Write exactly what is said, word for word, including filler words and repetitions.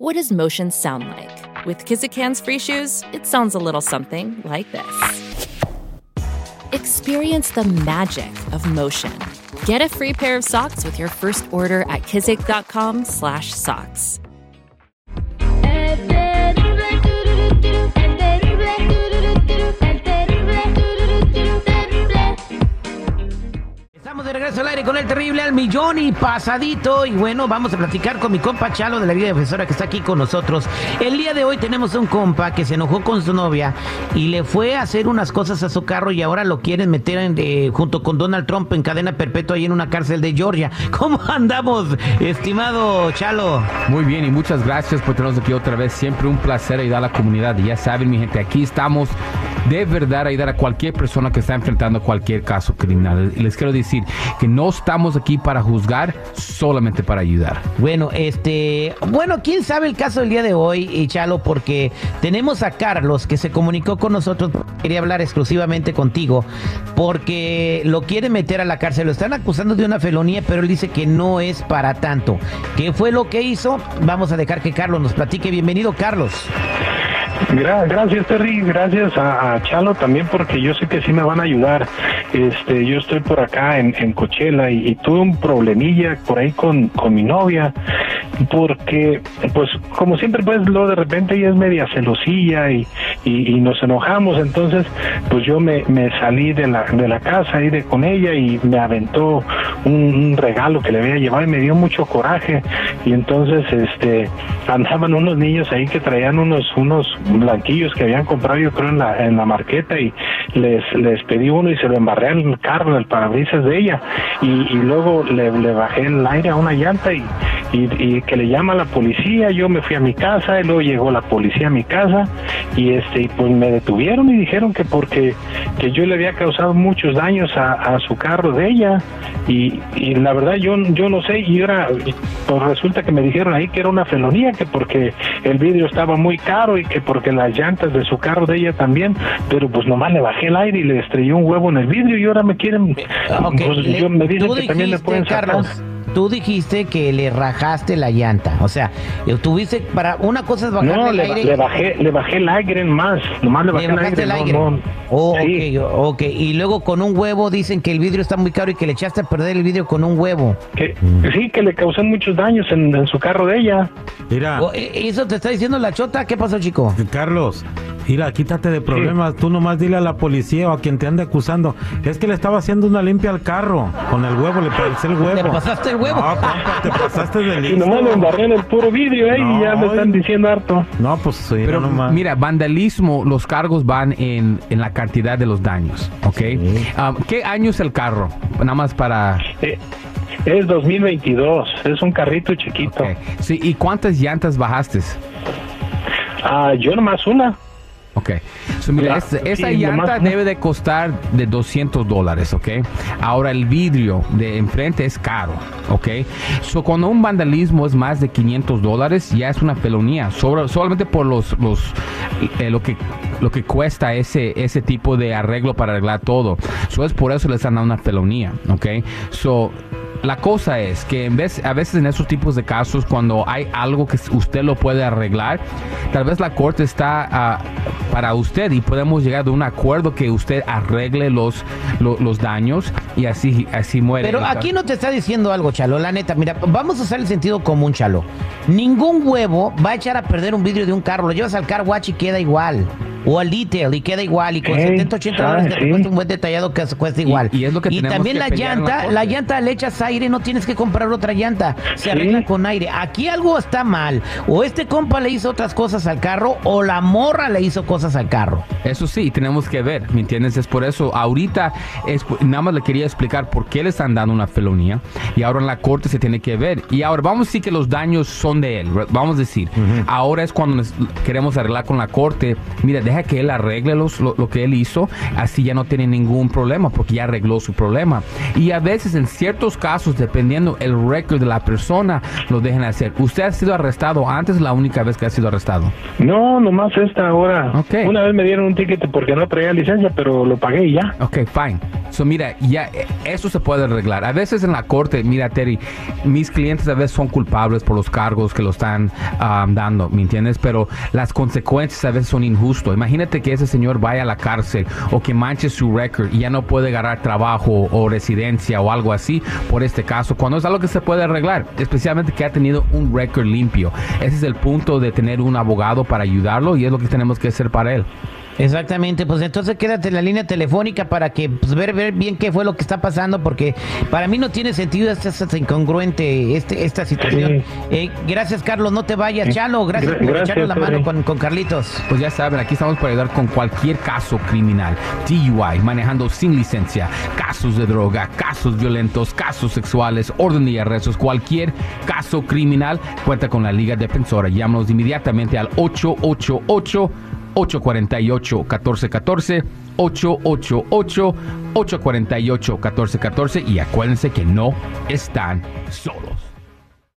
What does motion sound like? With Kizik Hands Free Shoes, it sounds a little something like this. Experience the magic of motion. Get a free pair of socks with your first order at kizik.com slash socks. Estamos de regreso al aire con el terrible al millón y pasadito. Y bueno, vamos a platicar con mi compa Chalo de la Liga Defensora, que está aquí con nosotros. El día de hoy tenemos un compa que se enojó con su novia y le fue a hacer unas cosas a su carro y ahora lo quieren meter en, eh, junto con Donald Trump en cadena perpetua ahí en una cárcel de Georgia. ¿Cómo andamos, estimado Chalo? Muy bien, y muchas gracias por tenernos aquí otra vez. Siempre un placer ayudar a la comunidad. Y ya saben, mi gente, aquí estamos de verdad a ayudar a cualquier persona que está enfrentando cualquier caso criminal. Les quiero decir que no estamos aquí para juzgar, solamente para ayudar. Bueno, este, bueno, quién sabe el caso del día de hoy, Chalo, porque tenemos a Carlos que se comunicó con nosotros. Quería hablar exclusivamente contigo porque lo quieren meter a la cárcel. Lo están acusando de una felonía, pero él dice que no es para tanto. ¿Qué fue lo que hizo? Vamos a dejar que Carlos nos platique. Bienvenido, Carlos. Gra- gracias, Terry, gracias a, a Chalo también, porque yo sé que sí me van a ayudar. Este, yo estoy por acá en, en Coachella y, y tuve un problemilla por ahí con, con mi novia, porque pues como siempre pues luego de repente ella es media celosilla y, y, y nos enojamos. Entonces pues yo me, me salí de la, de la casa ahí de con ella y me aventó un, un regalo que le había llevado y me dio mucho coraje. Y entonces este andaban unos niños ahí que traían unos unos blanquillos que habían comprado yo creo en la en la marqueta, y les les pedí uno y se lo embarré al carro, al parabrisas de ella, y, y luego le, le bajé el aire a una llanta y, y, y que le llama a la policía. Yo me fui a mi casa y luego llegó la policía a mi casa y este y pues me detuvieron y dijeron que porque que yo le había causado muchos daños a, a su carro de ella, y, y la verdad yo yo no sé, y ahora pues resulta que me dijeron ahí que era una felonía, que porque el vidrio estaba muy caro y que porque las llantas de su carro de ella también, pero pues nomás le bajé el aire y le estrellé un huevo en el vidrio y ahora me quieren, okay. pues le, yo, me dicen que dijiste, también me pueden sacar. Carlos, tú dijiste que le rajaste la llanta, o sea, tuviste para una cosa es bajarle no, el le, aire. le bajé, le bajé el aire más, nomás le bajé ¿Le bajaste el aire. el aire? No, no. Oh, Sí. ok, ok, y luego con un huevo dicen que el vidrio está muy caro y que le echaste a perder el vidrio con un huevo. Que, sí, que le causé muchos daños en, en su carro de ella. Mira, Oh, ¿eso te está diciendo la chota? ¿Qué pasó, chico? Carlos, mira, quítate de problemas. Sí. Tú nomás dile a la policía o a quien te ande acusando. Es que le estaba haciendo una limpia al carro. Con el huevo, le pasé el huevo. ¿Le pasaste el huevo? No, compa, te pasaste de listo. Y nomás me embarré en el puro vidrio, ¿eh? No, y ya me están diciendo harto. No, pues sí, Pero nomás. mira, vandalismo, los cargos van en, en la cantidad de los daños, ¿ok? Sí. Um, ¿Qué año es el carro? Nada más para... Eh, es dos mil veintidós, es un carrito chiquito. Okay. Sí, ¿y cuántas llantas bajaste? Ah, yo nomás una. Ok, so, mira, Ya, esa, esa sí, llanta nomás, ¿no? debe de costar de doscientos dólares, ok. Ahora el vidrio de enfrente es caro, ok. So, cuando un vandalismo es más de quinientos dólares, ya es una felonía, sobre, solamente por los, los eh, lo que lo que cuesta ese ese tipo de arreglo para arreglar todo. So, es por eso les han dado una felonía, ok. So, la cosa es que en vez, a veces en esos tipos de casos, cuando hay algo que usted lo puede arreglar, tal vez la corte está uh, para usted y podemos llegar a un acuerdo que usted arregle los, los, los daños y así, así muere. Pero aquí no te está diciendo algo, Chalo, la neta. Mira, vamos a usar el sentido común, Chalo. Ningún huevo va a echar a perder un vidrio de un carro. Lo llevas al car wash y queda igual. O al detail y queda igual. Y con Hey, setenta, ochenta dólares que sí. te cuesta un buen detallado que se cuesta igual. Y, y es lo que y tenemos también que la pelear en la llanta, corte. la llanta le echas aire, no tienes que comprar otra llanta. Se Sí. arregla con aire. Aquí algo está mal. O este compa le hizo otras cosas al carro, o la morra le hizo cosas al carro. Eso sí, tenemos que ver, ¿me entiendes? Es por eso, ahorita, es, nada más le quería explicar por qué le están dando una felonía y ahora en la corte se tiene que ver. Y ahora vamos a decir que los daños son de él, vamos a decir. Uh-huh. Ahora es cuando nos queremos arreglar con la corte. Mira, deja que él arregle los, lo, lo que él hizo, así ya no tiene ningún problema porque ya arregló su problema. Y a veces en ciertos casos, dependiendo el récord de la persona, lo dejan hacer. ¿Usted ha sido arrestado antes o la única vez que ha sido arrestado? No, nomás esta hora. Okay. Una vez me dieron un ticket porque no traía licencia, pero lo pagué y ya. Ok, fine. So, mira, ya eso se puede arreglar. A veces en la corte, mira, Terry, mis clientes a veces son culpables por los cargos que lo están um, dando, ¿me entiendes? Pero las consecuencias a veces son injustas. Imagínate que ese señor vaya a la cárcel o que manche su récord y ya no puede ganar trabajo o residencia o algo así por este caso, cuando es algo que se puede arreglar, especialmente que ha tenido un récord limpio. Ese es el punto de tener un abogado para ayudarlo y es lo que tenemos que hacer para él. Exactamente, pues entonces quédate en la línea telefónica para que pues, ver, ver bien qué fue lo que está pasando, porque para mí no tiene sentido, esta es incongruente este, esta situación. Sí. Eh, gracias, Carlos, no te vayas. Chalo, gracias, gracias por echarnos la mano con, con Carlitos. Pues ya saben, aquí estamos para ayudar con cualquier caso criminal, D U I, manejando sin licencia, casos de droga, casos violentos, casos sexuales, orden de arrestos, cualquier caso criminal, cuenta con la Liga Defensora. Llámanos inmediatamente al ocho ocho ocho, ocho cuatro ocho, uno cuatro uno cuatro, ocho ocho ocho, ocho cuatro ocho, uno cuatro uno cuatro y acuérdense que no están solos.